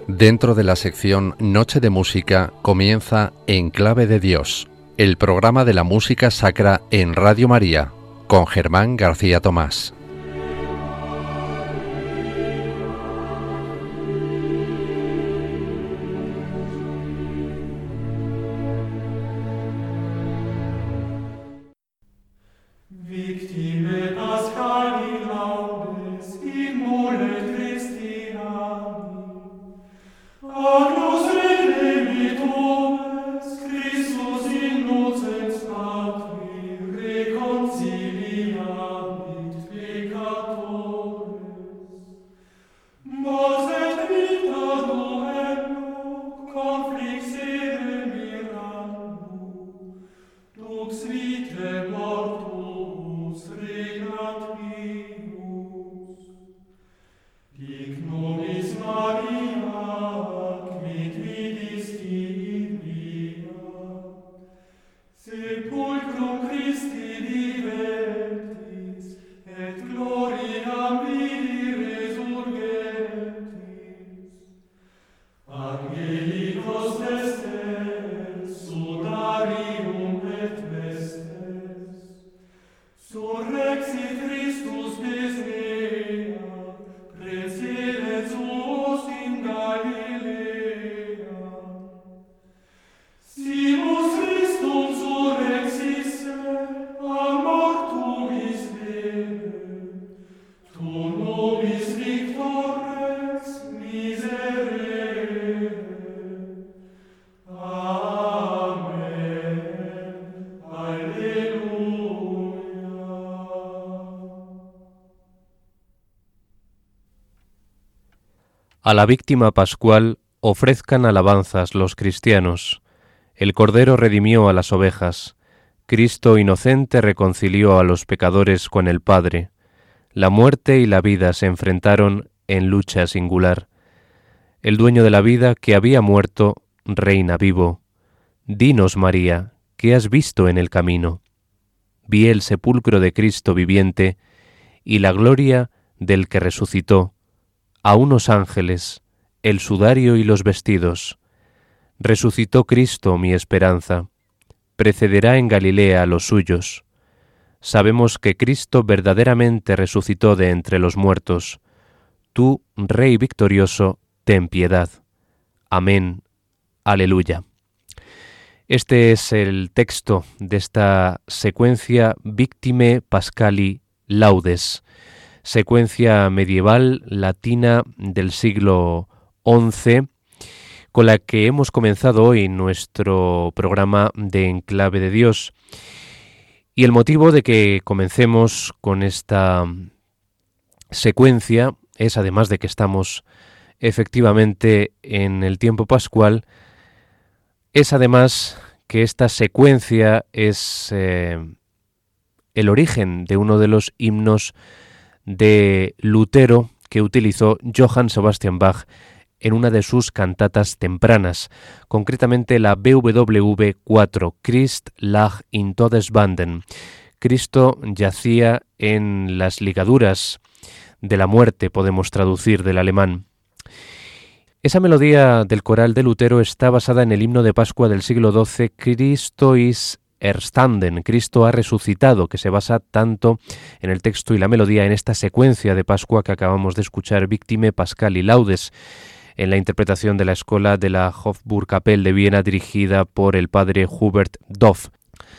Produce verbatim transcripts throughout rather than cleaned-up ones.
Dentro de la sección Noche de Música comienza En Clave de Dios, el programa de la música sacra en Radio María, con Germán García Tomás. A la víctima pascual ofrezcan alabanzas los cristianos. El Cordero redimió a las ovejas. Cristo inocente reconcilió a los pecadores con el Padre. La muerte y la vida se enfrentaron en lucha singular. El dueño de la vida, que había muerto, reina vivo. Dinos, María, ¿qué has visto en el camino? Vi el sepulcro de Cristo viviente y la gloria del que resucitó. A unos ángeles, el sudario y los vestidos. Resucitó Cristo, mi esperanza. Precederá en Galilea a los suyos. Sabemos que Cristo verdaderamente resucitó de entre los muertos. Tú, Rey victorioso, ten piedad. Amén. Aleluya. Este es el texto de esta secuencia Victime Pascali Laudes, secuencia medieval latina del siglo once, con la que hemos comenzado hoy nuestro programa de En Clave de Dios. Y el motivo de que comencemos con esta secuencia es, además de que estamos efectivamente en el tiempo pascual, es además que esta secuencia es eh, el origen de uno de los himnos de Lutero que utilizó Johann Sebastian Bach en una de sus cantatas tempranas, concretamente la B W V cuatro, Christ lag in Todesbanden. Cristo yacía en las ligaduras de la muerte, podemos traducir del alemán. Esa melodía del coral de Lutero está basada en el himno de Pascua del siglo doce, Christo ist erstanden, Cristo ha resucitado, que se basa tanto en el texto y la melodía en esta secuencia de Pascua que acabamos de escuchar, Victime Pascali Laudes, en la interpretación de la escuela de la Hofburgkapelle de Viena dirigida por el padre Hubert Doff.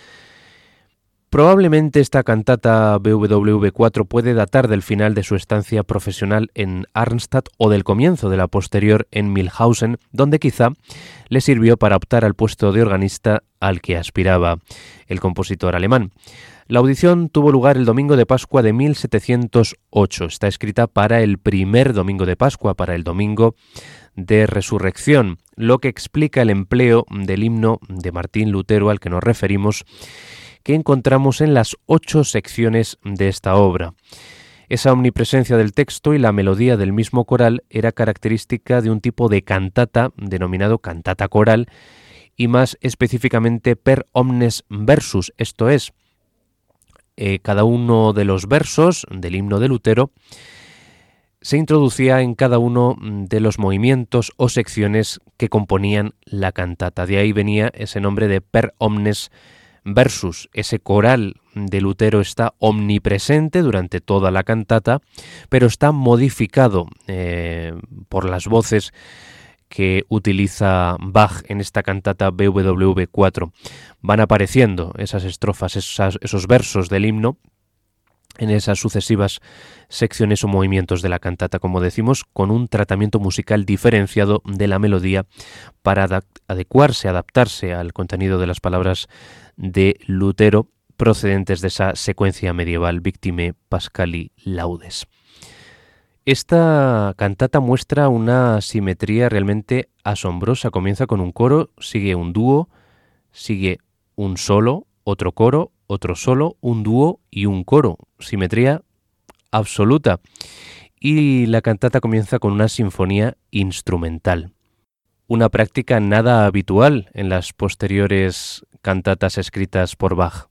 Probablemente esta cantata B W V cuatro puede datar del final de su estancia profesional en Arnstadt o del comienzo de la posterior en Milhausen, donde quizá le sirvió para optar al puesto de organista al que aspiraba el compositor alemán. La audición tuvo lugar el domingo de Pascua de mil setecientos ocho. Está escrita para el primer domingo de Pascua, para el domingo de Resurrección, lo que explica el empleo del himno de Martín Lutero al que nos referimos, que encontramos en las ocho secciones de esta obra. Esa omnipresencia del texto y la melodía del mismo coral era característica de un tipo de cantata denominado cantata coral y más específicamente per omnes versus, esto es, eh, cada uno de los versos del himno de Lutero se introducía en cada uno de los movimientos o secciones que componían la cantata. De ahí venía ese nombre de per omnes versus. Ese coral de Lutero está omnipresente durante toda la cantata, pero está modificado eh, por las voces que utiliza Bach en esta cantata B W V cuatro. Van apareciendo esas estrofas, esas, esos versos del himno en esas sucesivas secciones o movimientos de la cantata, como decimos, con un tratamiento musical diferenciado de la melodía para adecuarse, adaptarse al contenido de las palabras de Lutero procedentes de esa secuencia medieval Victime Pascali Laudes. Esta cantata muestra una simetría realmente asombrosa. Comienza con un coro, sigue un dúo, sigue un solo, otro coro, otro solo, un dúo y un coro. Simetría absoluta. Y la cantata comienza con una sinfonía instrumental. Una práctica nada habitual en las posteriores cantatas escritas por Bach.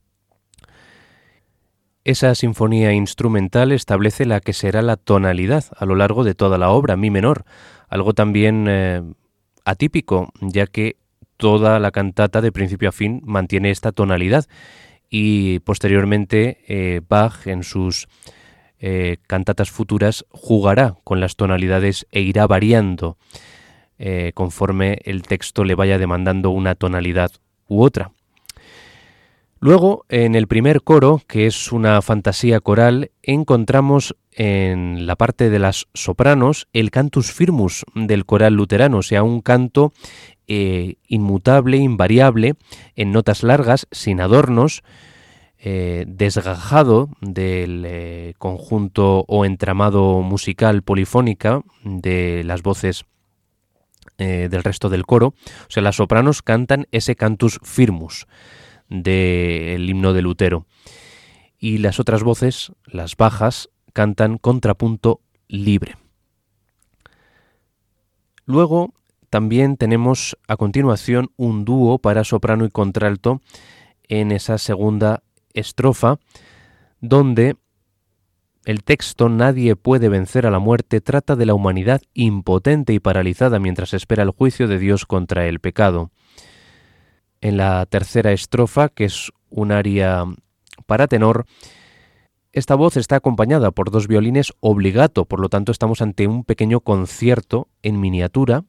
Esa sinfonía instrumental establece la que será la tonalidad a lo largo de toda la obra, mi menor, algo también eh, atípico, ya que toda la cantata de principio a fin mantiene esta tonalidad y posteriormente eh, Bach en sus eh, cantatas futuras jugará con las tonalidades e irá variando eh, conforme el texto le vaya demandando una tonalidad u otra. Luego, en el primer coro, que es una fantasía coral, encontramos en la parte de las sopranos el cantus firmus del coral luterano, o sea, un canto eh, inmutable, invariable, en notas largas, sin adornos, eh, desgajado del eh, conjunto o entramado musical polifónica de las voces eh, del resto del coro. O sea, las sopranos cantan ese cantus firmus del himno de Lutero, y las otras voces, las bajas, cantan contrapunto libre. Luego también tenemos a continuación un dúo para soprano y contralto en esa segunda estrofa, donde el texto "Nadie puede vencer a la muerte" trata de la humanidad impotente y paralizada mientras espera el juicio de Dios contra el pecado. En la tercera estrofa, que es un aria para tenor, esta voz está acompañada por dos violines obligato, por lo tanto estamos ante un pequeño concierto en miniatura,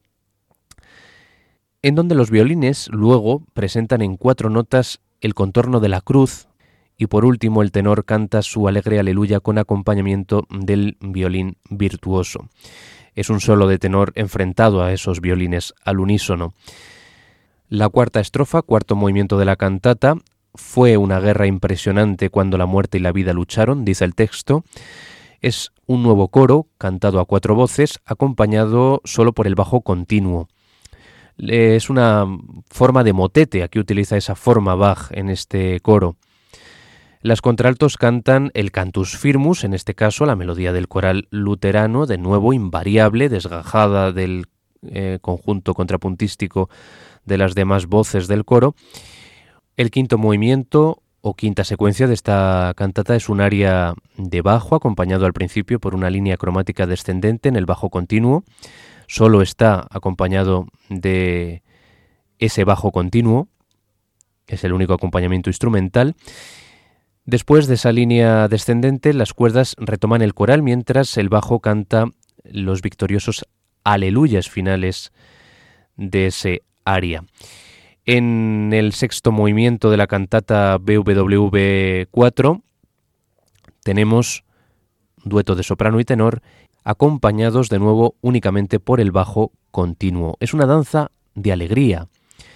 en donde los violines luego presentan en cuatro notas el contorno de la cruz, y por último el tenor canta su alegre aleluya con acompañamiento del violín virtuoso. Es un solo de tenor enfrentado a esos violines al unísono. La cuarta estrofa, cuarto movimiento de la cantata: "Fue una guerra impresionante cuando la muerte y la vida lucharon", dice el texto. Es un nuevo coro, cantado a cuatro voces, acompañado solo por el bajo continuo. Es una forma de motete, aquí utiliza esa forma Bach en este coro. Las contraltos cantan el cantus firmus, en este caso la melodía del coral luterano, de nuevo invariable, desgajada del eh, conjunto contrapuntístico de las demás voces del coro. El quinto movimiento o quinta secuencia de esta cantata es un aria de bajo, acompañado al principio por una línea cromática descendente en el bajo continuo. Solo está acompañado de ese bajo continuo, es el único acompañamiento instrumental. Después de esa línea descendente, las cuerdas retoman el coral mientras el bajo canta los victoriosos aleluyas finales de ese aria. En el sexto movimiento de la cantata B W V cuatro tenemos dueto de soprano y tenor, acompañados de nuevo únicamente por el bajo continuo. Es una danza de alegría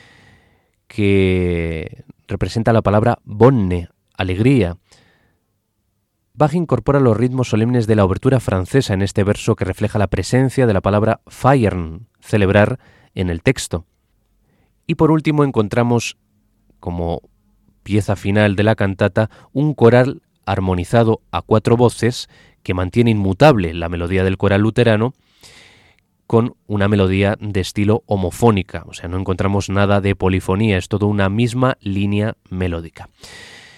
que representa la palabra bonne, alegría. Bach incorpora los ritmos solemnes de la obertura francesa en este verso que refleja la presencia de la palabra feiern, celebrar, en el texto. Y por último encontramos, como pieza final de la cantata, un coral armonizado a cuatro voces que mantiene inmutable la melodía del coral luterano con una melodía de estilo homofónica, o sea, no encontramos nada de polifonía, es todo una misma línea melódica.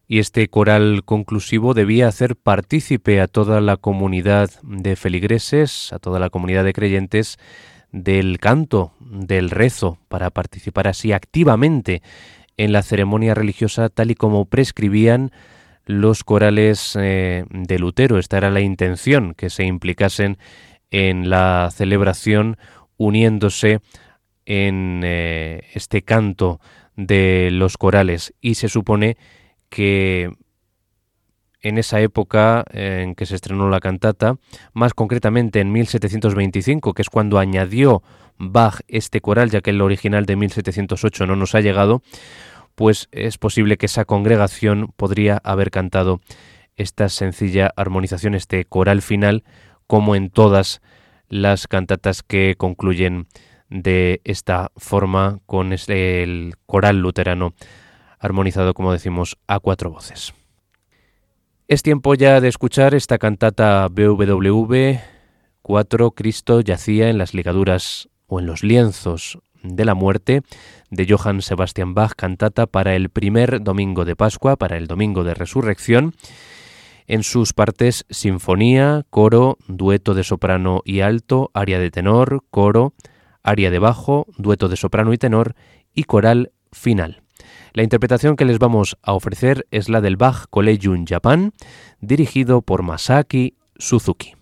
y este coral conclusivo debía hacer partícipe a toda la comunidad de feligreses, a toda la comunidad de creyentes, del canto, del rezo, para participar así activamente en la ceremonia religiosa tal y como prescribían los corales eh, de Lutero. Esta era la intención, que se implicasen en la celebración uniéndose en eh, este canto de los corales, y se supone que en esa época en que se estrenó la cantata, más concretamente en mil setecientos veinticinco, que es cuando añadió Bach este coral, ya que el original de mil setecientos ocho no nos ha llegado, pues es posible que esa congregación podría haber cantado esta sencilla armonización, este coral final, como en todas las cantatas que concluyen de esta forma, con este, el coral luterano armonizado, como decimos, a cuatro voces. Es tiempo ya de escuchar esta cantata B W V cuatro, Cristo yacía en las ligaduras o en los lienzos de la muerte, de Johann Sebastian Bach, cantata para el primer domingo de Pascua, para el domingo de Resurrección, en sus partes sinfonía, coro, dueto de soprano y alto, aria de tenor, coro, aria de bajo, dueto de soprano y tenor y coral final. La interpretación que les vamos a ofrecer es la del Bach Collegium Japan, dirigido por Masaaki Suzuki.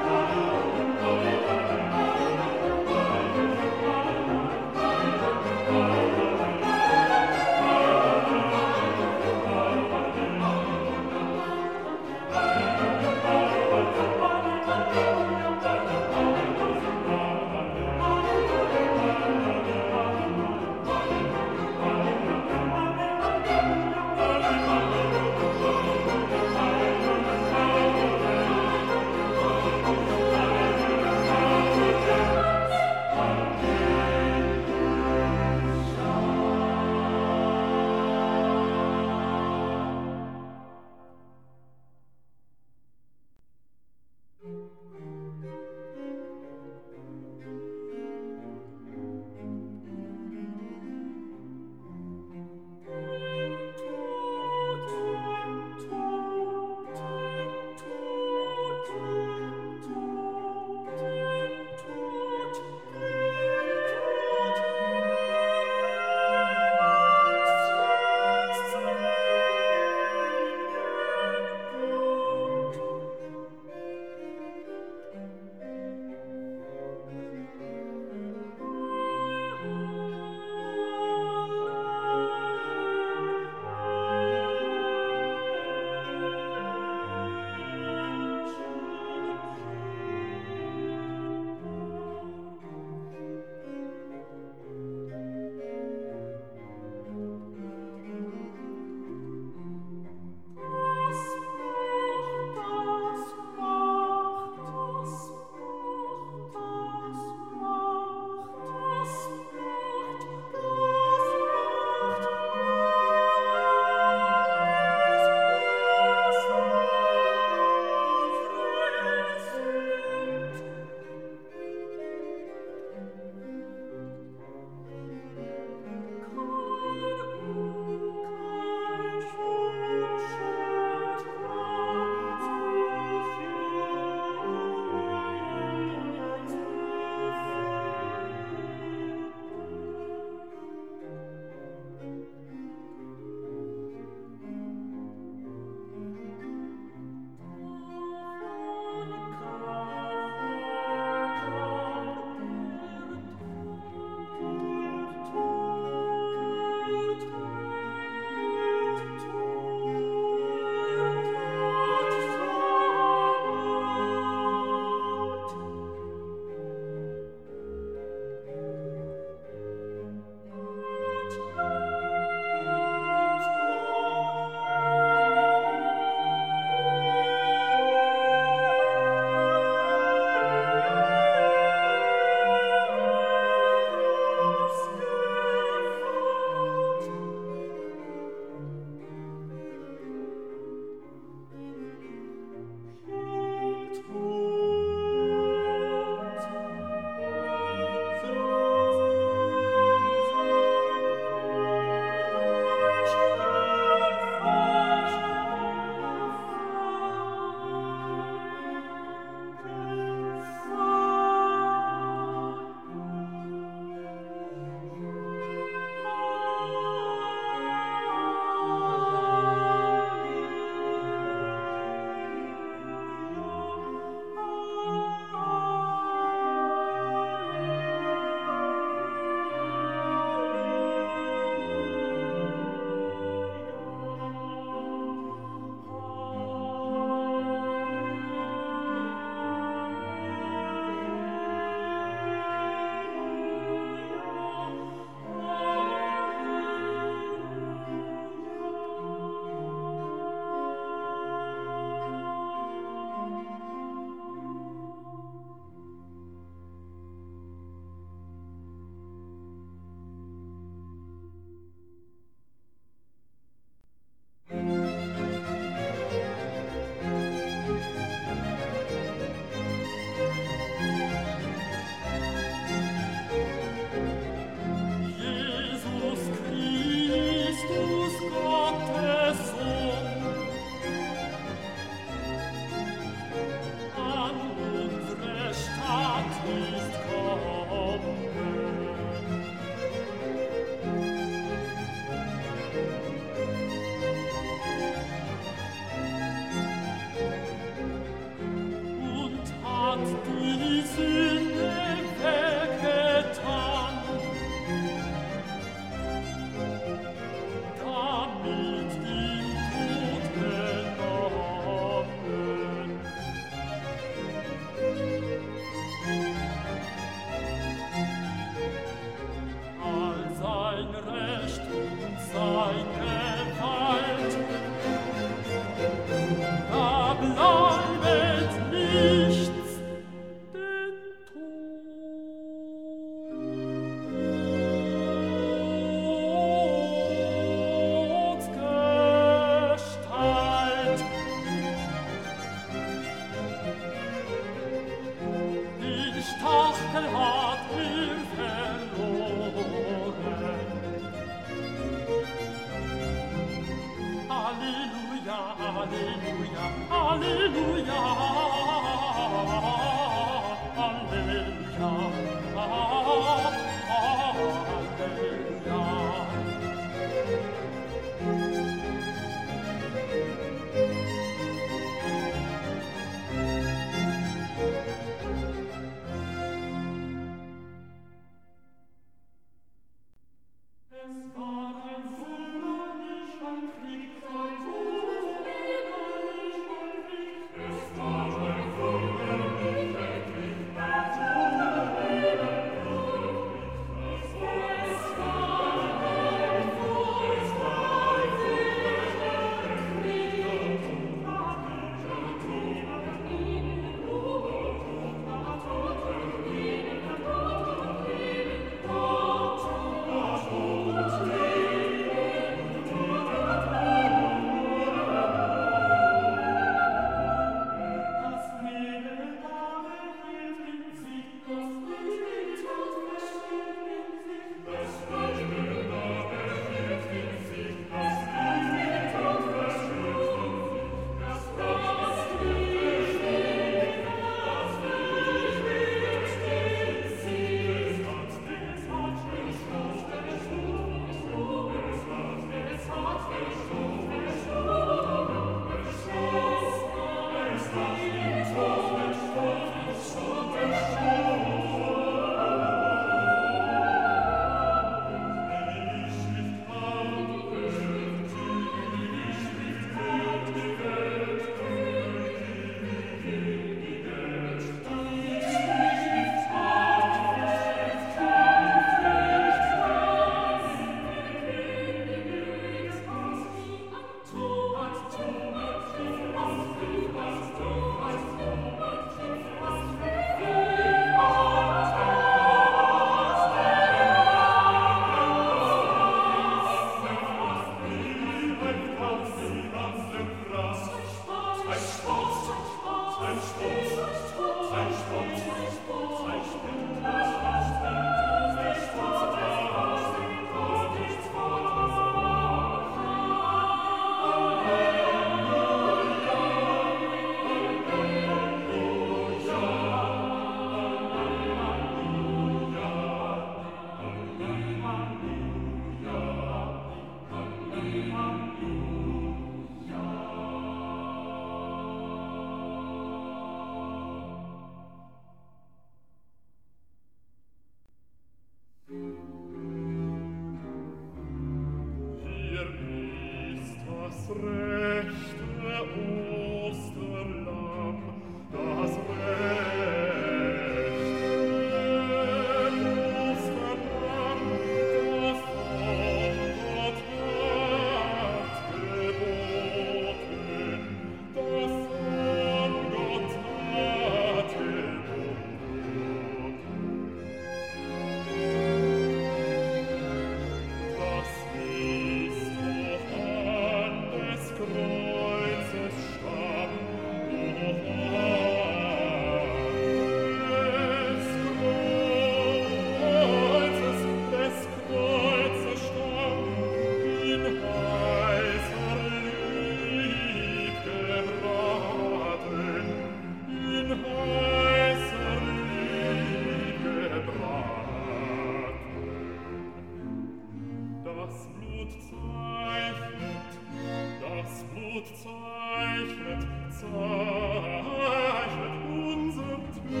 Zeichnet, zeichnet unser Tod.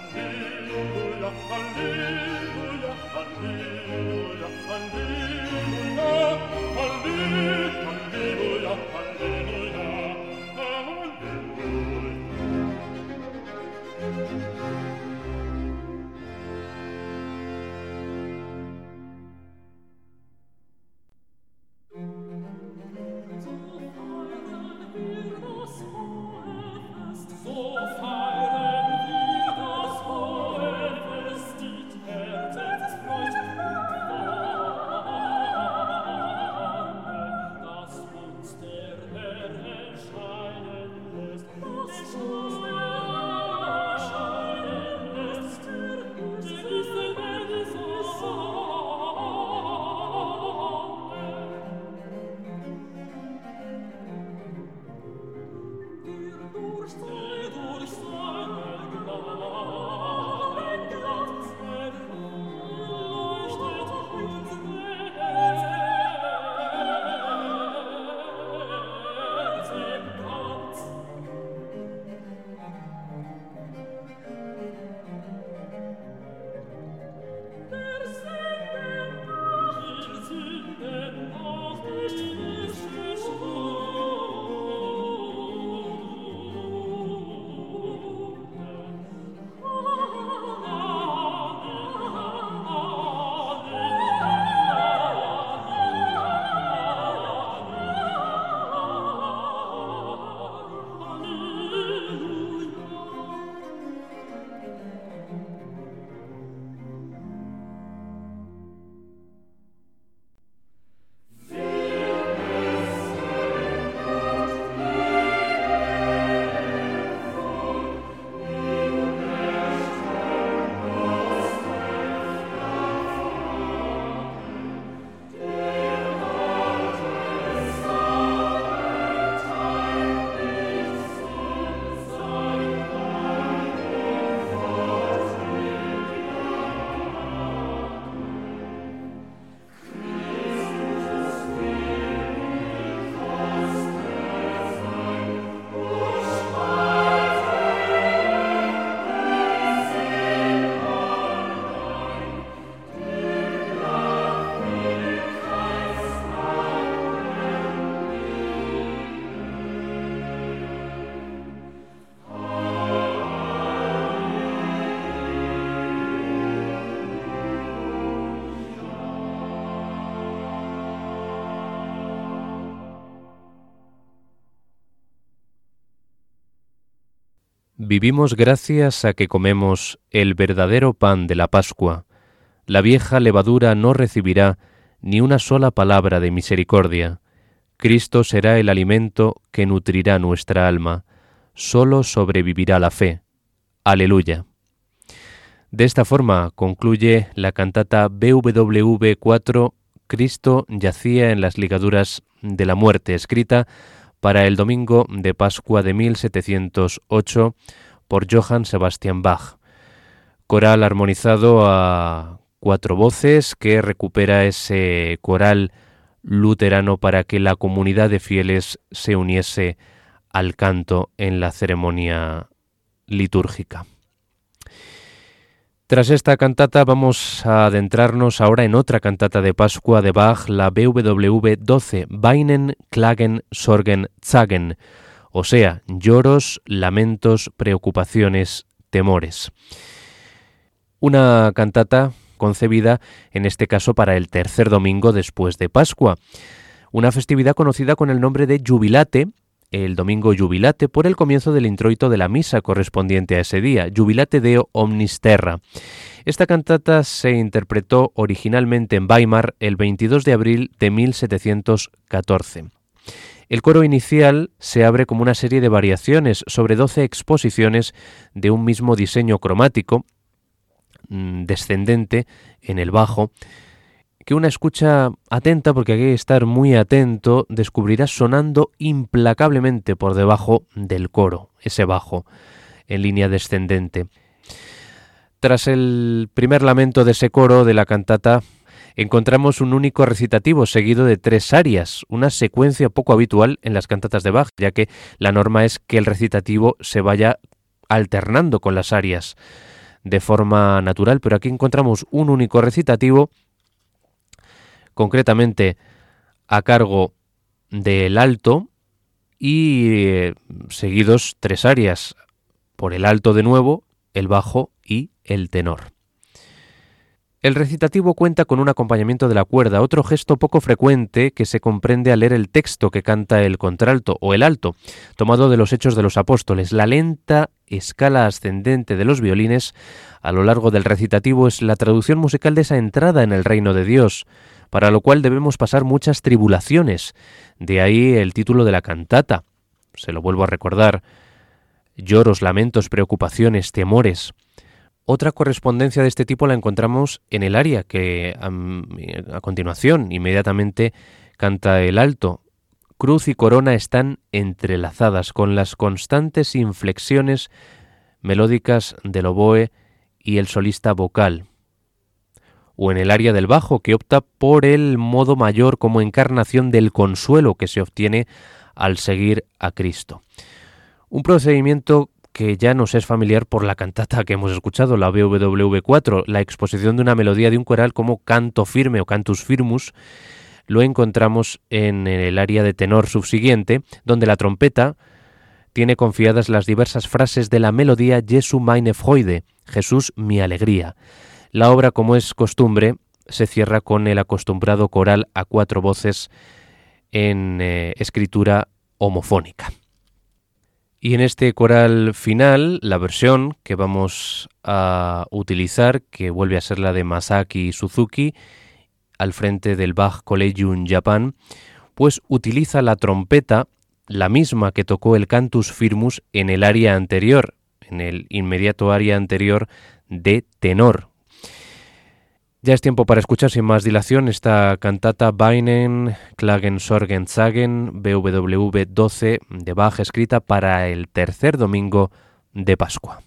Vivimos gracias a que comemos el verdadero pan de la Pascua. La vieja levadura no recibirá ni una sola palabra de misericordia. Cristo será el alimento que nutrirá nuestra alma. Solo sobrevivirá la fe. Aleluya. De esta forma concluye la cantata B W V cuatro, Cristo yacía en las ligaduras de la muerte, escrita para el domingo de Pascua de mil setecientos ocho por Johann Sebastian Bach. Coral armonizado a cuatro voces que recupera ese coral luterano para que la comunidad de fieles se uniese al canto en la ceremonia litúrgica. Tras esta cantata vamos a adentrarnos ahora en otra cantata de Pascua de Bach, la B W V doce, Weinen, Klagen, Sorgen, Zagen, o sea, lloros, lamentos, preocupaciones, temores. Una cantata concebida en este caso para el tercer domingo después de Pascua, una festividad conocida con el nombre de Jubilate, el domingo Jubilate, por el comienzo del introito de la misa correspondiente a ese día, Jubilate Deo Omnis Terra. Esta cantata se interpretó originalmente en Weimar el veintidós de abril de mil setecientos catorce. El coro inicial se abre como una serie de variaciones sobre doce exposiciones de un mismo diseño cromático, descendente en el bajo, que una escucha atenta, porque hay que estar muy atento, descubrirá sonando implacablemente por debajo del coro, ese bajo, en línea descendente. Tras el primer lamento de ese coro de la cantata, encontramos un único recitativo seguido de tres arias, una secuencia poco habitual en las cantatas de Bach, ya que la norma es que el recitativo se vaya alternando con las arias. de forma natural, pero aquí encontramos un único recitativo, concretamente a cargo del alto y eh, seguidos tres arias, por el alto de nuevo, el bajo y el tenor. El recitativo cuenta con un acompañamiento de la cuerda, otro gesto poco frecuente que se comprende al leer el texto que canta el contralto o el alto, tomado de los Hechos de los Apóstoles. La lenta escala ascendente de los violines a lo largo del recitativo es la traducción musical de esa entrada en el reino de Dios, para lo cual debemos pasar muchas tribulaciones. De ahí el título de la cantata. Se lo vuelvo a recordar: lloros, lamentos, preocupaciones, temores. Otra correspondencia de este tipo la encontramos en el aria que a, a continuación inmediatamente canta el alto. Cruz y corona están entrelazadas con las constantes inflexiones melódicas del oboe y el solista vocal. O en el aria del bajo, que opta por el modo mayor como encarnación del consuelo que se obtiene al seguir a Cristo. Un procedimiento que ya nos es familiar por la cantata que hemos escuchado, la B W V cuatro, la exposición de una melodía de un coral como canto firme o cantus firmus, lo encontramos en el aria de tenor subsiguiente, donde la trompeta tiene confiadas las diversas frases de la melodía Jesu meine Freude, Jesús mi alegría. La obra, como es costumbre, se cierra con el acostumbrado coral a cuatro voces en eh, escritura homofónica. Y en este coral final, la versión que vamos a utilizar, que vuelve a ser la de Masaki Suzuki, al frente del Bach Collegium Japan, pues utiliza la trompeta, la misma que tocó el cantus firmus en el aria anterior, en el inmediato aria anterior de tenor. Ya es tiempo para escuchar sin más dilación esta cantata Weinen, Klagen, Sorgen, Zagen, B W V doce de Bach, escrita para el tercer domingo de Pascua.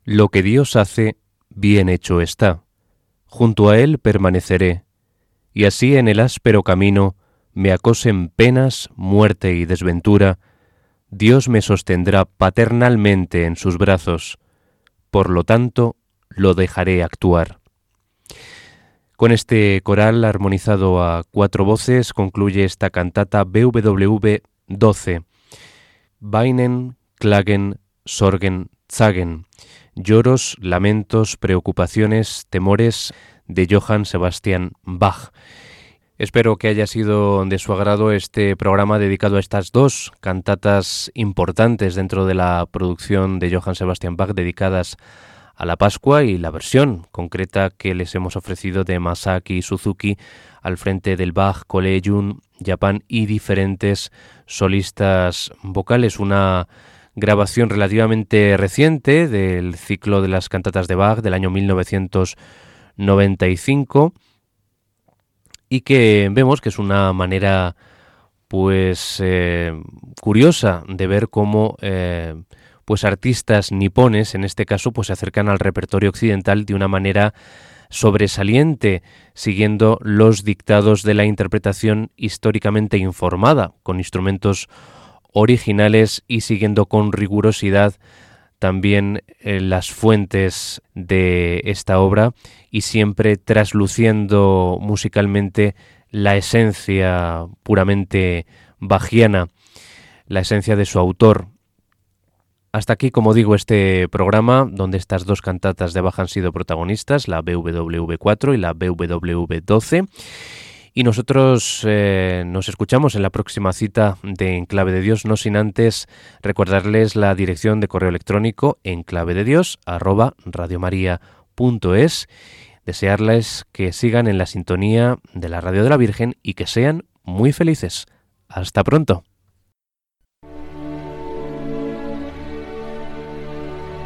Lo que Dios hace, bien hecho está. Junto a Él permaneceré, y así en el áspero camino me acosen penas, muerte y desventura, Dios me sostendrá paternalmente en sus brazos, por lo tanto lo dejaré actuar. Con este coral armonizado a cuatro voces concluye esta cantata B W V doce, Weinen, Klagen, Sorgen, Zagen, lloros, lamentos, preocupaciones, temores de Johann Sebastian Bach. Espero que haya sido de su agrado este programa dedicado a estas dos cantatas importantes dentro de la producción de Johann Sebastian Bach dedicadas a la Pascua y la versión concreta que les hemos ofrecido de Masaaki Suzuki al frente del Bach Collegium Japan y diferentes solistas vocales. Una grabación relativamente reciente del ciclo de las cantatas de Bach del año mil novecientos noventa y cinco y que vemos que es una manera pues eh, curiosa de ver cómo eh, pues artistas nipones en este caso pues se acercan al repertorio occidental de una manera sobresaliente, siguiendo los dictados de la interpretación históricamente informada, con instrumentos originales y siguiendo con rigurosidad también eh, las fuentes de esta obra y siempre trasluciendo musicalmente la esencia puramente bachiana, la esencia de su autor. Hasta aquí, como digo, este programa donde estas dos cantatas de Bach han sido protagonistas, la B W V cuatro y la B W V doce. Y nosotros eh, nos escuchamos en la próxima cita de En Clave de Dios, no sin antes recordarles la dirección de correo electrónico enclavededios arroba radiomaria.es, desearles que sigan en la sintonía de la Radio de la Virgen y que sean muy felices. Hasta pronto.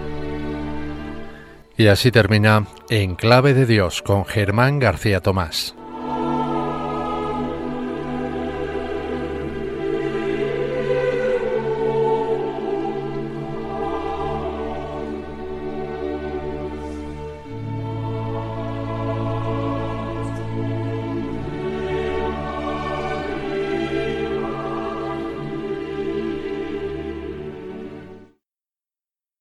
Y así termina En Clave de Dios con Germán García Tomás.